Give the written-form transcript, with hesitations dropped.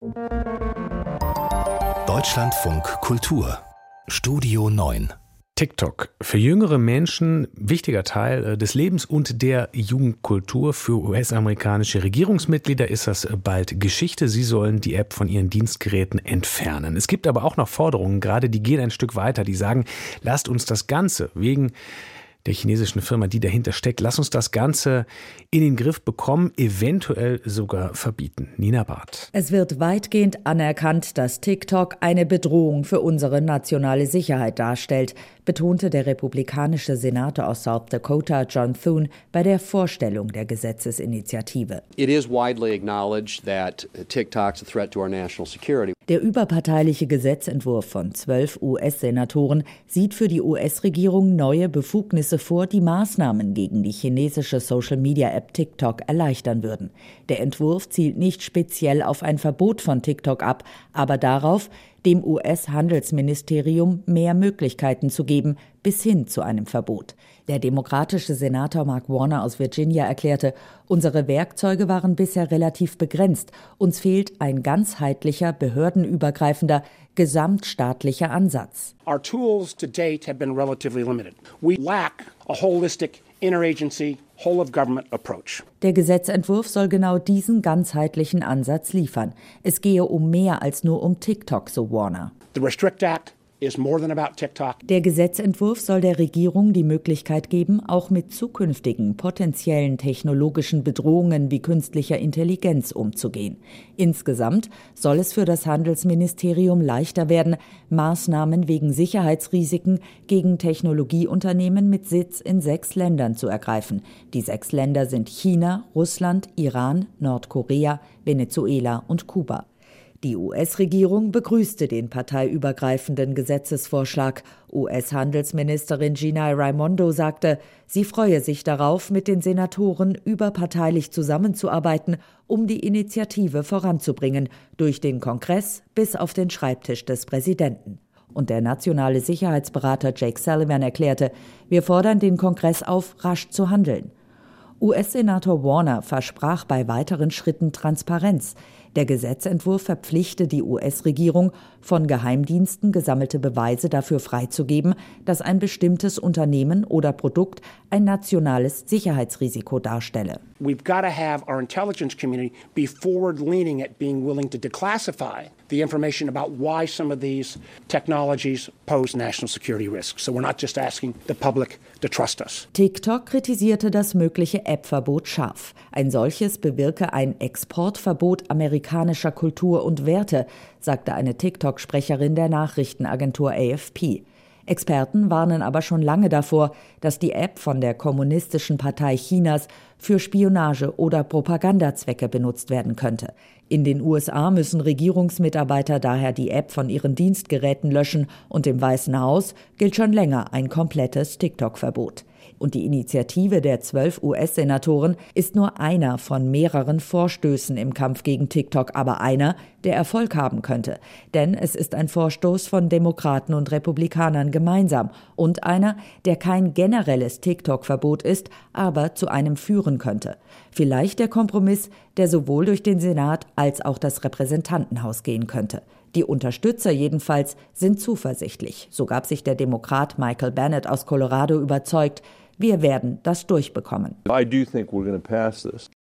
Deutschlandfunk Kultur Studio 9. TikTok. Für jüngere Menschen wichtiger Teil des Lebens und der Jugendkultur. Für US-amerikanische Regierungsmitglieder ist das bald Geschichte. Sie sollen die App von ihren Dienstgeräten entfernen. Es gibt aber auch noch Forderungen, gerade die gehen ein Stück weiter. Die sagen, lasst uns das Ganze wegen der chinesischen Firma, die dahinter steckt, lass uns das Ganze in den Griff bekommen, eventuell sogar verbieten. Nina Barth. Es wird weitgehend anerkannt, dass TikTok eine Bedrohung für unsere nationale Sicherheit darstellt, betonte der republikanische Senator aus South Dakota, John Thune, bei der Vorstellung der Gesetzesinitiative. It is widely acknowledged that TikTok's a threat to our national security. Der überparteiliche Gesetzentwurf von 12 US-Senatoren sieht für die US-Regierung neue Befugnisse vor, die Maßnahmen gegen die chinesische Social-Media-App TikTok erleichtern würden. Der Entwurf zielt nicht speziell auf ein Verbot von TikTok ab, aber darauf, dem US-Handelsministerium mehr Möglichkeiten zu geben, bis hin zu einem Verbot. Der demokratische Senator Mark Warner aus Virginia erklärte, unsere Werkzeuge waren bisher relativ begrenzt. Uns fehlt ein ganzheitlicher, behördenübergreifender, gesamtstaatlicher Ansatz. Our tools to date have been relatively limited. We lack a holistic, interagency, whole-of-government approach. Der Gesetzentwurf soll genau diesen ganzheitlichen Ansatz liefern. Es gehe um mehr als nur um TikTok, so Warner. The Restrict Act is more than about TikTok. Der Gesetzentwurf soll der Regierung die Möglichkeit geben, auch mit zukünftigen potenziellen technologischen Bedrohungen wie künstlicher Intelligenz umzugehen. Insgesamt soll es für das Handelsministerium leichter werden, Maßnahmen wegen Sicherheitsrisiken gegen Technologieunternehmen mit Sitz in 6 Ländern zu ergreifen. Die 6 Länder sind China, Russland, Iran, Nordkorea, Venezuela und Kuba. Die US-Regierung begrüßte den parteiübergreifenden Gesetzesvorschlag. US-Handelsministerin Gina Raimondo sagte, sie freue sich darauf, mit den Senatoren überparteilich zusammenzuarbeiten, um die Initiative voranzubringen, durch den Kongress bis auf den Schreibtisch des Präsidenten. Und der nationale Sicherheitsberater Jake Sullivan erklärte, wir fordern den Kongress auf, rasch zu handeln. US-Senator Warner versprach bei weiteren Schritten Transparenz. Der Gesetzentwurf verpflichte die US-Regierung, von Geheimdiensten gesammelte Beweise dafür freizugeben, dass ein bestimmtes Unternehmen oder Produkt ein nationales Sicherheitsrisiko darstelle. We've got to have our intelligence community be forward-leaning at being willing to declassify the information about why some of these technologies pose national security risks. So we're not just asking the public to trust us. TikTok kritisierte das mögliche App-Verbot scharf. Ein solches bewirke ein Exportverbot amerikanischer Kultur und Werte, sagte eine TikTok-Sprecherin der Nachrichtenagentur AFP. Experten warnen aber schon lange davor, dass die App von der Kommunistischen Partei Chinas für Spionage- oder Propagandazwecke benutzt werden könnte. In den USA müssen Regierungsmitarbeiter daher die App von ihren Dienstgeräten löschen und im Weißen Haus gilt schon länger ein komplettes TikTok-Verbot. Und die Initiative der 12 US-Senatoren ist nur einer von mehreren Vorstößen im Kampf gegen TikTok, aber einer, der Erfolg haben könnte. Denn es ist ein Vorstoß von Demokraten und Republikanern gemeinsam und einer, der kein generelles TikTok-Verbot ist, aber zu einem führen könnte. Vielleicht der Kompromiss, der sowohl durch den Senat als auch das Repräsentantenhaus gehen könnte. Die Unterstützer jedenfalls sind zuversichtlich. So gab sich der Demokrat Michael Bennet aus Colorado überzeugt, wir werden das durchbekommen. I do think we're going to pass this.